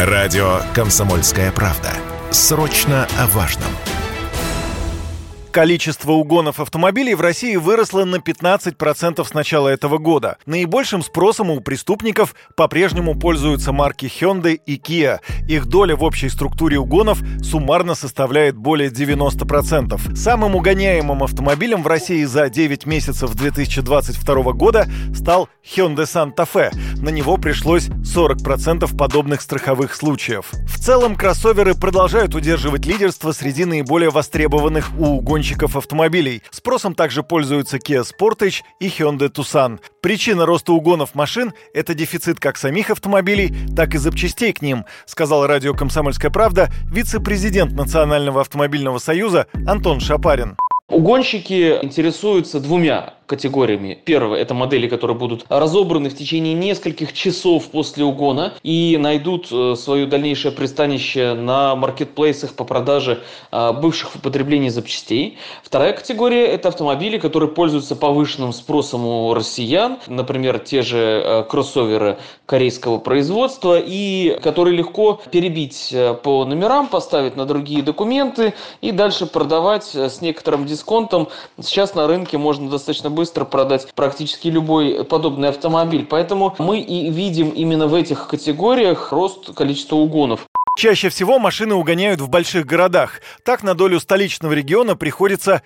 Радио «Комсомольская правда». Срочно о важном. Количество угонов автомобилей в России выросло на 15% с начала этого года. Наибольшим спросом у преступников по-прежнему пользуются марки Hyundai и Kia. Их доля в общей структуре угонов суммарно составляет более 90%. Самым угоняемым автомобилем в России за 9 месяцев 2022 года стал Hyundai Santa Fe. На него пришлось 40% подобных страховых случаев. В целом, кроссоверы продолжают удерживать лидерство среди наиболее востребованных у угонщиков автомобилей. Спросом также пользуются Kia Sportage и Hyundai Tucson. Причина роста угонов машин – это дефицит как самих автомобилей, так и запчастей к ним, сказал радио «Комсомольская правда» вице-президент Национального автомобильного союза Антон Шапарин. Угонщики интересуются двумя категориями. Первое – это модели, которые будут разобраны в течение нескольких часов после угона и найдут свое дальнейшее пристанище на маркетплейсах по продаже бывших в употреблении запчастей. Вторая категория – это автомобили, которые пользуются повышенным спросом у россиян, например, те же кроссоверы корейского производства, и которые легко перебить по номерам, поставить на другие документы и дальше продавать с некоторым дисконтом. Сейчас на рынке можно достаточно быстро продать практически любой подобный автомобиль. Поэтому мы и видим именно в этих категориях рост количества угонов. Чаще всего машины угоняют в больших городах. Так на долю столичного региона приходится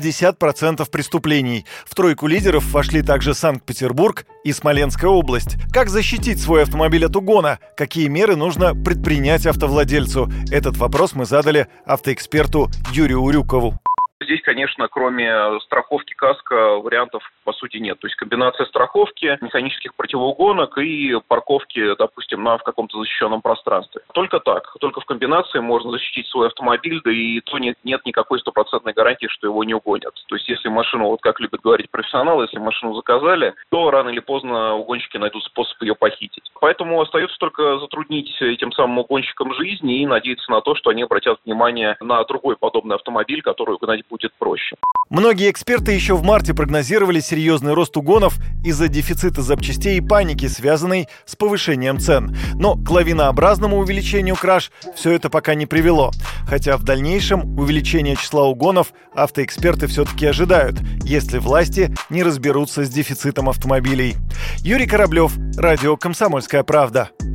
60% преступлений. В тройку лидеров вошли также Санкт-Петербург и Смоленская область. Как защитить свой автомобиль от угона? Какие меры нужно предпринять автовладельцу? Этот вопрос мы задали автоэксперту Юрию Урюкову. Здесь, конечно, кроме страховки каско вариантов по сути нет. То есть комбинация страховки, механических противоугонок и парковки, допустим, в каком-то защищенном пространстве. Только так, только в комбинации можно защитить свой автомобиль, да и то нет никакой стопроцентной гарантии, что его не угонят. То есть если машину, вот как любят говорить профессионалы, если машину заказали, то рано или поздно угонщики найдут способ ее похитить. Поэтому остается только затруднить этим самым угонщикам жизнь и надеяться на то, что они обратят внимание на другой подобный автомобиль, который угнать будет проще. Многие эксперты еще в марте прогнозировали серьезный рост угонов из-за дефицита запчастей и паники, связанной с повышением цен. Но к лавинообразному увеличению краж все это пока не привело. Хотя в дальнейшем увеличение числа угонов автоэксперты все-таки ожидают, если власти не разберутся с дефицитом автомобилей. Юрий Кораблев, радио «Комсомольская правда».